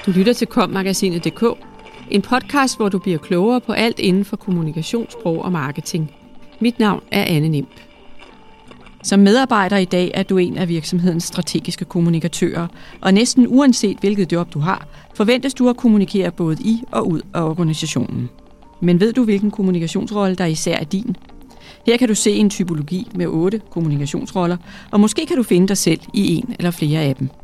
Du lytter til kommagasinet.dk, en podcast, hvor du bliver klogere på alt inden for kommunikationssprog og marketing. Mit navn er Anne Nimp. Som medarbejder i dag er du en af virksomhedens strategiske kommunikatører, og næsten uanset hvilket job du har, forventes du at kommunikere både i og ud af organisationen. Men ved du, hvilken kommunikationsrolle der især er din? Her kan du se en typologi med 8 kommunikationsroller, og måske kan du finde dig selv i en eller flere af dem.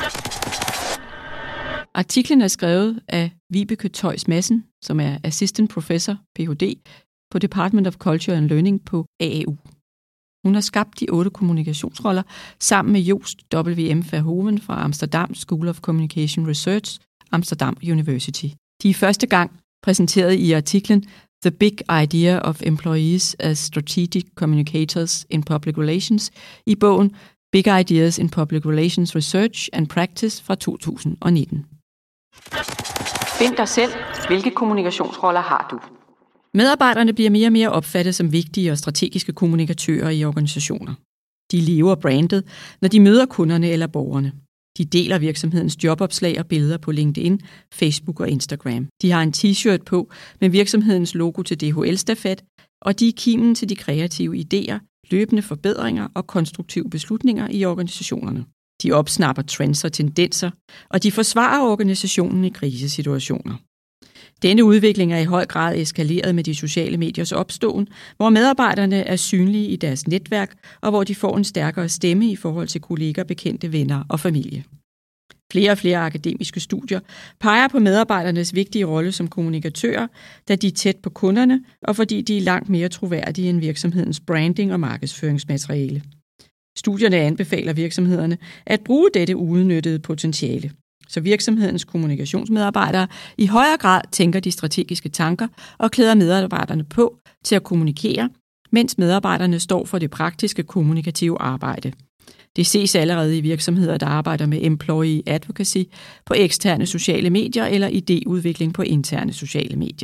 Artiklen er skrevet af Vibeke Theus Madsen, som er Assistant Professor, Ph.D. på Department of Culture and Learning på AAU. Hun har skabt de 8 kommunikationsroller sammen med Joost W.M. Verhoeven fra Amsterdam School of Communication Research, Amsterdam University. De er første gang præsenteret i artiklen The Big Idea of Employees as Strategic Communicators in Public Relations i bogen Big Ideas in Public Relations Research and Practice fra 2019. Find dig selv. Hvilke kommunikationsroller har du? Medarbejderne bliver mere og mere opfattet som vigtige og strategiske kommunikatører i organisationer. De lever brandet, når de møder kunderne eller borgerne. De deler virksomhedens jobopslag og billeder på LinkedIn, Facebook og Instagram. De har en t-shirt på med virksomhedens logo til DHL-stafet, og de er kimen til de kreative idéer, løbende forbedringer og konstruktive beslutninger i organisationerne. De opsnapper trends og tendenser, og de forsvarer organisationen i krisesituationer. Denne udvikling er i høj grad eskaleret med de sociale mediers opståen, hvor medarbejderne er synlige i deres netværk, og hvor de får en stærkere stemme i forhold til kolleger, bekendte, venner og familie. Flere og flere akademiske studier peger på medarbejdernes vigtige rolle som kommunikatører, da de er tæt på kunderne, og fordi de er langt mere troværdige end virksomhedens branding og markedsføringsmateriale. Studierne anbefaler virksomhederne at bruge dette uudnyttede potentiale, så virksomhedens kommunikationsmedarbejdere i højere grad tænker de strategiske tanker og klæder medarbejderne på til at kommunikere, mens medarbejderne står for det praktiske kommunikative arbejde. Det ses allerede i virksomheder, der arbejder med employee advocacy på eksterne sociale medier eller idéudvikling på interne sociale medier.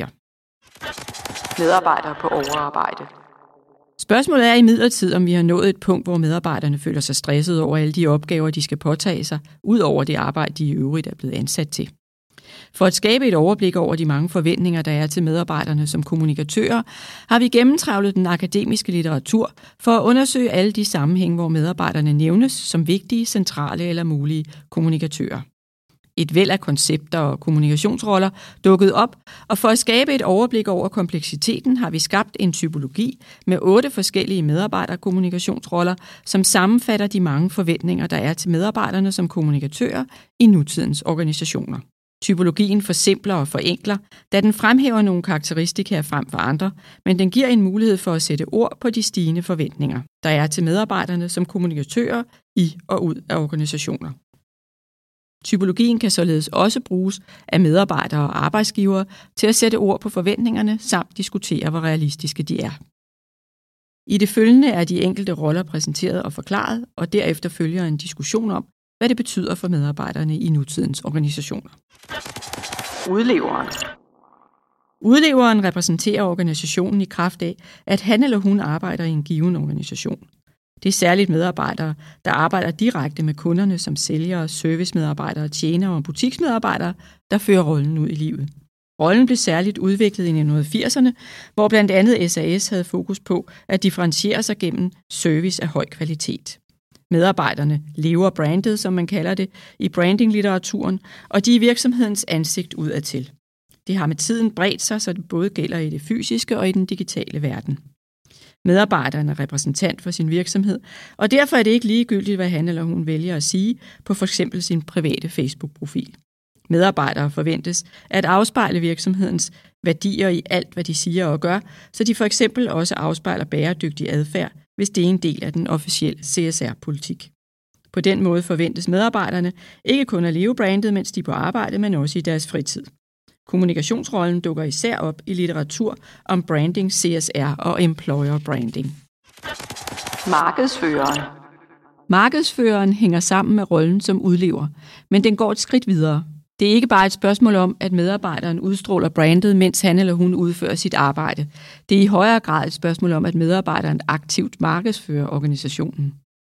Medarbejdere på overarbejde. Spørgsmålet er imidlertid, om vi har nået et punkt, hvor medarbejderne føler sig stresset over alle de opgaver, de skal påtage sig, ud over det arbejde, de i øvrigt er blevet ansat til. For at skabe et overblik over de mange forventninger, der er til medarbejderne som kommunikatører, har vi gennemtravlet den akademiske litteratur for at undersøge alle de sammenhænge, hvor medarbejderne nævnes som vigtige, centrale eller mulige kommunikatører. Et væld af koncepter og kommunikationsroller dukkede op, og for at skabe et overblik over kompleksiteten har vi skabt en typologi med 8 forskellige medarbejderkommunikationsroller, som sammenfatter de mange forventninger, der er til medarbejderne som kommunikatører i nutidens organisationer. Typologien forsimpler og forenkler, da den fremhæver nogle karakteristika frem for andre, men den giver en mulighed for at sætte ord på de stigende forventninger, der er til medarbejderne som kommunikatører i og ud af organisationer. Typologien kan således også bruges af medarbejdere og arbejdsgivere til at sætte ord på forventningerne samt diskutere, hvor realistiske de er. I det følgende er de enkelte roller præsenteret og forklaret, og derefter følger en diskussion om, hvad det betyder for medarbejderne i nutidens organisationer. Udleveren. Udleveren repræsenterer organisationen i kraft af, at han eller hun arbejder i en given organisation. Det er særligt medarbejdere, der arbejder direkte med kunderne som sælgere, servicemedarbejdere, tjenere og butiksmedarbejdere, der fører rollen ud i livet. Rollen blev særligt udviklet i 1980'erne, hvor blandt andet SAS havde fokus på at differentiere sig gennem service af høj kvalitet. Medarbejderne lever brandet, som man kalder det, i brandinglitteraturen, og de er virksomhedens ansigt udadtil. Det har med tiden bredt sig, så det både gælder i det fysiske og i den digitale verden. Medarbejderen er repræsentant for sin virksomhed, og derfor er det ikke ligegyldigt, hvad han eller hun vælger at sige på f.eks. sin private Facebook-profil. Medarbejdere forventes at afspejle virksomhedens værdier i alt, hvad de siger og gør, så de for eksempel også afspejler bæredygtig adfærd, hvis det er en del af den officielle CSR-politik. På den måde forventes medarbejderne ikke kun at leve brandet, mens de er på arbejde, men også i deres fritid. Kommunikationsrollen dukker især op i litteratur om branding, CSR og employer branding. Markedsføreren. Markedsføreren hænger sammen med rollen som udlever, men den går et skridt videre. Det er ikke bare et spørgsmål om, at medarbejderen udstråler brandet, mens han eller hun udfører sit arbejde. Det er i højere grad et spørgsmål om, at medarbejderen aktivt markedsfører organisationen.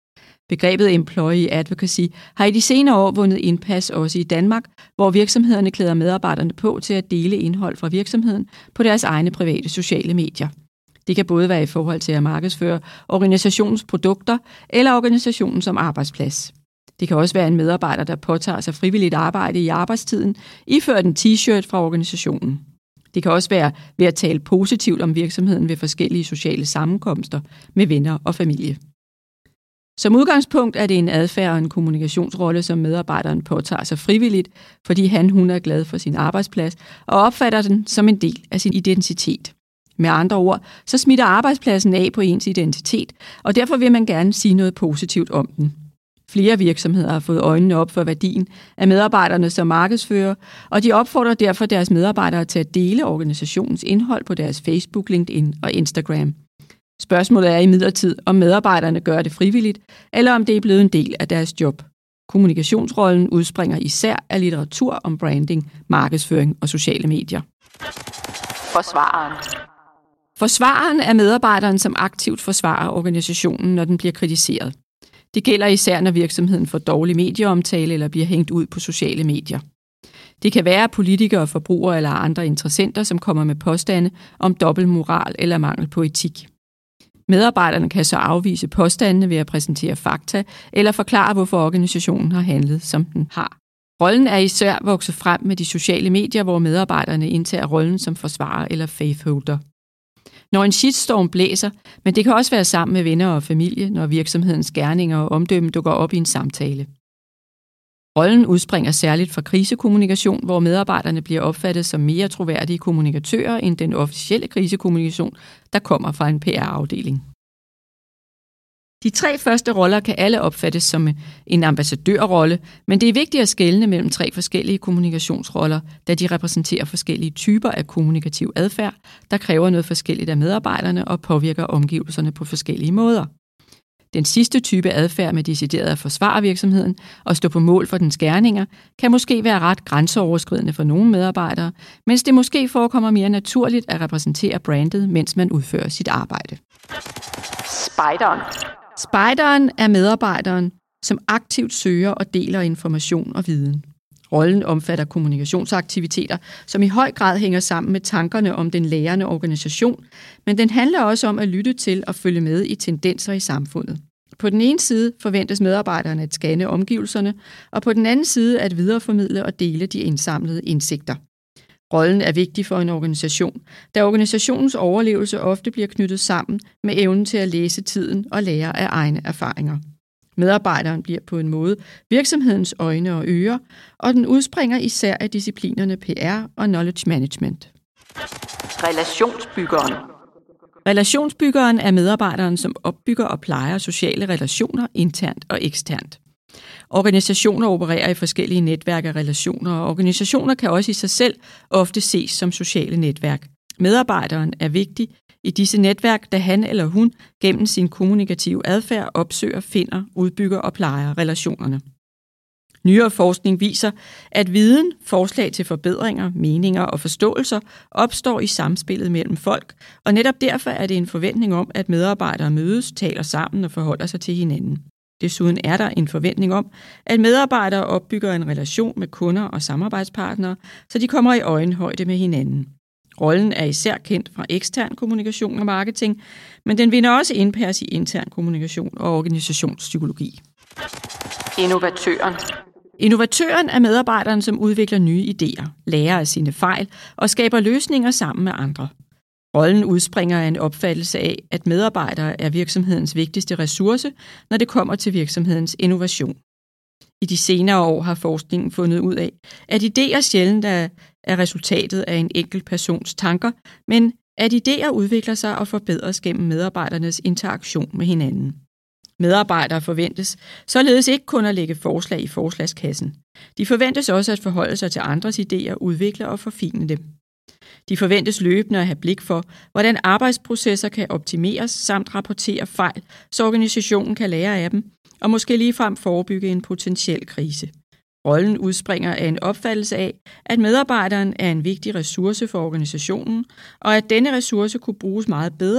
Begrebet employee advocacy har i de senere år vundet indpas også i Danmark, hvor virksomhederne klæder medarbejderne på til at dele indhold fra virksomheden på deres egne private sociale medier. Det kan både være i forhold til at markedsføre organisationens produkter eller organisationen som arbejdsplads. Det kan også være en medarbejder, der påtager sig frivilligt arbejde i arbejdstiden, iført en t-shirt fra organisationen. Det kan også være ved at tale positivt om virksomheden ved forskellige sociale sammenkomster med venner og familie. Som udgangspunkt er det en adfærd og en kommunikationsrolle, som medarbejderen påtager sig frivilligt, fordi hun er glad for sin arbejdsplads og opfatter den som en del af sin identitet. Med andre ord, så smitter arbejdspladsen af på ens identitet, og derfor vil man gerne sige noget positivt om den. Flere virksomheder har fået øjnene op for værdien af medarbejderne som markedsfører, og de opfordrer derfor deres medarbejdere til at dele organisationens indhold på deres Facebook, LinkedIn og Instagram. Spørgsmålet er imidlertid, om medarbejderne gør det frivilligt, eller om det er blevet en del af deres job. Kommunikationsrollen udspringer især af litteratur om branding, markedsføring og sociale medier. Forsvareren er medarbejderen, som aktivt forsvarer organisationen, når den bliver kritiseret. Det gælder især, når virksomheden får dårlig medieomtale eller bliver hængt ud på sociale medier. Det kan være politikere, forbrugere eller andre interessenter, som kommer med påstande om dobbeltmoral eller mangel på etik. Medarbejderne kan så afvise påstandene ved at præsentere fakta eller forklare, hvorfor organisationen har handlet, som den har. Rollen er især vokset frem med de sociale medier, hvor medarbejderne indtager rollen som forsvarer eller faithholder. Når en shitstorm blæser, men det kan også være sammen med venner og familie, når virksomhedens gerninger og omdømme dukker op i en samtale. Rollen udspringer særligt fra krisekommunikation, hvor medarbejderne bliver opfattet som mere troværdige kommunikatører end den officielle krisekommunikation, der kommer fra en PR-afdeling. De 3 første roller kan alle opfattes som en ambassadørrolle, men det er vigtigt at skelne mellem 3 forskellige kommunikationsroller, da de repræsenterer forskellige typer af kommunikativ adfærd, der kræver noget forskelligt af medarbejderne og påvirker omgivelserne på forskellige måder. Den sidste type adfærd med decideret at forsvare virksomheden og stå på mål for dens gerninger, kan måske være ret grænseoverskridende for nogle medarbejdere, mens det måske forekommer mere naturligt at repræsentere brandet, mens man udfører sit arbejde. Spejderen er medarbejderen, som aktivt søger og deler information og viden. Rollen omfatter kommunikationsaktiviteter, som i høj grad hænger sammen med tankerne om den lærende organisation, men den handler også om at lytte til og følge med i tendenser i samfundet. På den ene side forventes medarbejderne at scanne omgivelserne, og på den anden side at videreformidle og dele de indsamlede indsigter. Rollen er vigtig for en organisation, da organisationens overlevelse ofte bliver knyttet sammen med evnen til at læse tiden og lære af egne erfaringer. Medarbejderen bliver på en måde virksomhedens øjne og ører, og den udspringer især af disciplinerne PR og knowledge management. Relationsbyggeren er medarbejderen, som opbygger og plejer sociale relationer internt og eksternt. Organisationer opererer i forskellige netværk af relationer, og organisationer kan også i sig selv ofte ses som sociale netværk. Medarbejderen er vigtig i disse netværk, da han eller hun gennem sin kommunikative adfærd opsøger, finder, udbygger og plejer relationerne. Nyere forskning viser, at viden, forslag til forbedringer, meninger og forståelser opstår i samspillet mellem folk, og netop derfor er det en forventning om, at medarbejdere mødes, taler sammen og forholder sig til hinanden. Desuden er der en forventning om, at medarbejdere opbygger en relation med kunder og samarbejdspartnere, så de kommer i øjenhøjde med hinanden. Rollen er især kendt fra ekstern kommunikation og marketing, men den vinder også indpas i intern kommunikation og organisationspsykologi. Innovatøren er medarbejderen, som udvikler nye idéer, lærer af sine fejl og skaber løsninger sammen med andre. Rollen udspringer af en opfattelse af, at medarbejdere er virksomhedens vigtigste ressource, når det kommer til virksomhedens innovation. I de senere år har forskningen fundet ud af, at idéer sjældent er resultatet af en enkelt persons tanker, men at idéer udvikler sig og forbedres gennem medarbejdernes interaktion med hinanden. Medarbejdere forventes således ikke kun at lægge forslag i forslagskassen. De forventes også at forholde sig til andres idéer, udvikle og forfine dem. De forventes løbende at have blik for, hvordan arbejdsprocesser kan optimeres samt rapportere fejl, så organisationen kan lære af dem og måske ligefrem forebygge en potentiel krise. Rollen udspringer af en opfattelse af, at medarbejderen er en vigtig ressource for organisationen, og at denne ressource kunne bruges meget bedre,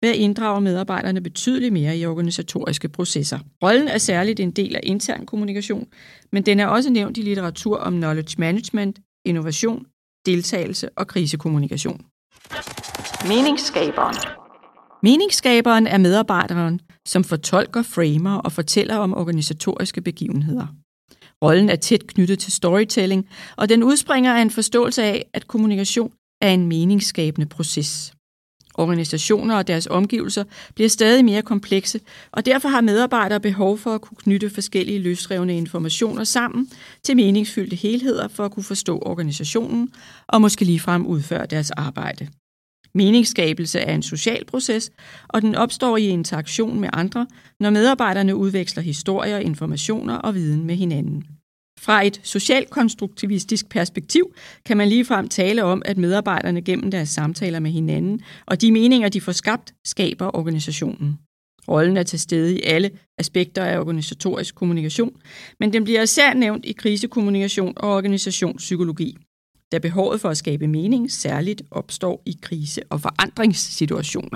ved at inddrage medarbejderne betydeligt mere i organisatoriske processer. Rollen er særligt en del af intern kommunikation, men den er også nævnt i litteratur om knowledge management, innovation, deltagelse og krisekommunikation. Meningsskaberen. Meningsskaberen er medarbejderen, som fortolker, framer og fortæller om organisatoriske begivenheder. Rollen er tæt knyttet til storytelling, og den udspringer af en forståelse af, at kommunikation er en meningsskabende proces. Organisationer og deres omgivelser bliver stadig mere komplekse, og derfor har medarbejdere behov for at kunne knytte forskellige løsrevne informationer sammen til meningsfyldte helheder for at kunne forstå organisationen og måske ligefrem udføre deres arbejde. Meningsskabelse er en social proces, og den opstår i interaktion med andre, når medarbejderne udveksler historier, informationer og viden med hinanden. Fra et socialkonstruktivistisk perspektiv kan man ligefrem tale om, at medarbejderne gennem deres samtaler med hinanden og de meninger, de får skabt, skaber organisationen. Rollen er til stede i alle aspekter af organisatorisk kommunikation, men den bliver især nævnt i krisekommunikation og organisationspsykologi, da behovet for at skabe mening særligt opstår i krise- og forandringssituationer.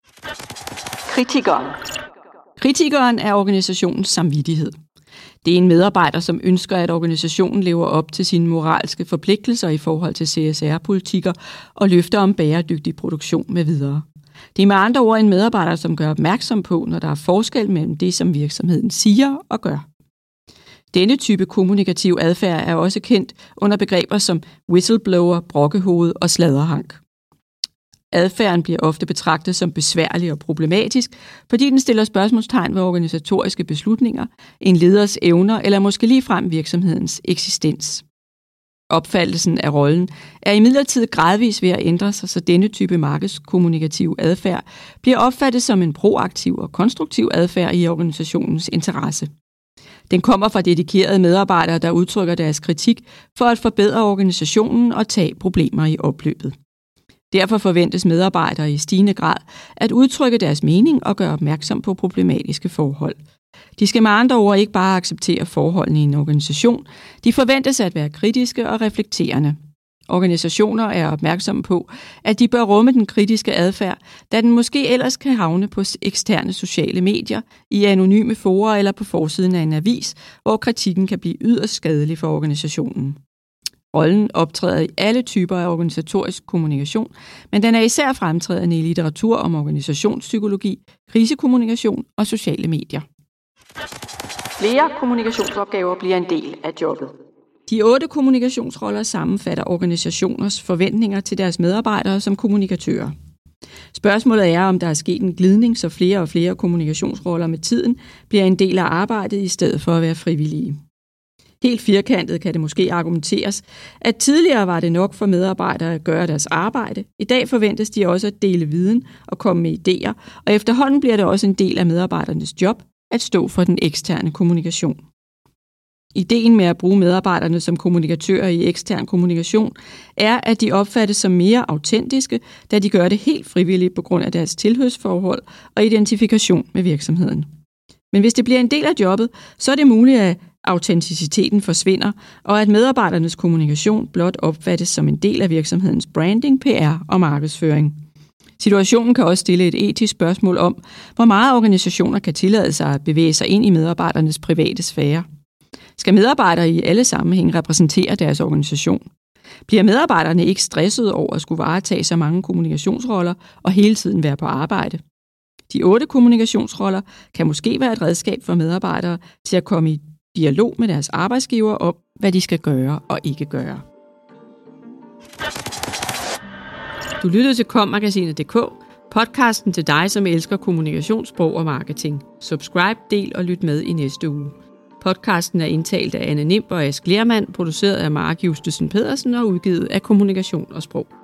Kritikeren. Kritikeren er organisationens samvittighed. Det er en medarbejder, som ønsker, at organisationen lever op til sine moralske forpligtelser i forhold til CSR-politikker og løfter om bæredygtig produktion med videre. Det er med andre ord en medarbejder, som gør opmærksom på, når der er forskel mellem det, som virksomheden siger og gør. Denne type kommunikativ adfærd er også kendt under begreber som whistleblower, brokkehoved og sladderhank. Adfærden bliver ofte betragtet som besværlig og problematisk, fordi den stiller spørgsmålstegn ved organisatoriske beslutninger, en leders evner eller måske ligefrem virksomhedens eksistens. Opfattelsen af rollen er imidlertid gradvis ved at ændre sig, så denne type markedskommunikativ adfærd bliver opfattet som en proaktiv og konstruktiv adfærd i organisationens interesse. Den kommer fra dedikerede medarbejdere, der udtrykker deres kritik for at forbedre organisationen og tage problemer i opløbet. Derfor forventes medarbejdere i stigende grad at udtrykke deres mening og gøre opmærksom på problematiske forhold. De skal med andre ord ikke bare acceptere forholdene i en organisation, de forventes at være kritiske og reflekterende. Organisationer er opmærksomme på, at de bør rumme den kritiske adfærd, da den måske ellers kan havne på eksterne sociale medier, i anonyme fora eller på forsiden af en avis, hvor kritikken kan blive yderst skadelig for organisationen. Rollen optræder i alle typer af organisatorisk kommunikation, men den er især fremtrædende i litteratur om organisationspsykologi, krisekommunikation og sociale medier. Flere kommunikationsopgaver bliver en del af jobbet. De 8 kommunikationsroller sammenfatter organisationers forventninger til deres medarbejdere som kommunikatører. Spørgsmålet er, om der er sket en glidning, så flere og flere kommunikationsroller med tiden bliver en del af arbejdet i stedet for at være frivillige. Helt firkantet kan det måske argumenteres, at tidligere var det nok for medarbejdere at gøre deres arbejde. I dag forventes de også at dele viden og komme med idéer, og efterhånden bliver det også en del af medarbejdernes job at stå for den eksterne kommunikation. Ideen med at bruge medarbejderne som kommunikatører i ekstern kommunikation er, at de opfattes som mere autentiske, da de gør det helt frivilligt på grund af deres tilhørsforhold og identifikation med virksomheden. Men hvis det bliver en del af jobbet, så er det muligt, at autenticiteten forsvinder, og at medarbejdernes kommunikation blot opfattes som en del af virksomhedens branding, PR og markedsføring. Situationen kan også stille et etisk spørgsmål om, hvor meget organisationer kan tillade sig at bevæge sig ind i medarbejdernes private sfære. Skal medarbejdere i alle sammenhæng repræsentere deres organisation? Bliver medarbejderne ikke stresset over at skulle varetage så mange kommunikationsroller og hele tiden være på arbejde? De 8 kommunikationsroller kan måske være et redskab for medarbejdere til at komme i dialog med deres arbejdsgiver om, hvad de skal gøre og ikke gøre. Du lyttede til kommagasinet.dk, podcasten til dig, som elsker kommunikation, sprog og marketing. Subscribe, del og lyt med i næste uge. Podcasten er indtalt af Anne Nimb og Ask Lermand, produceret af Mark Justesen Pedersen og udgivet af Kommunikation og Sprog.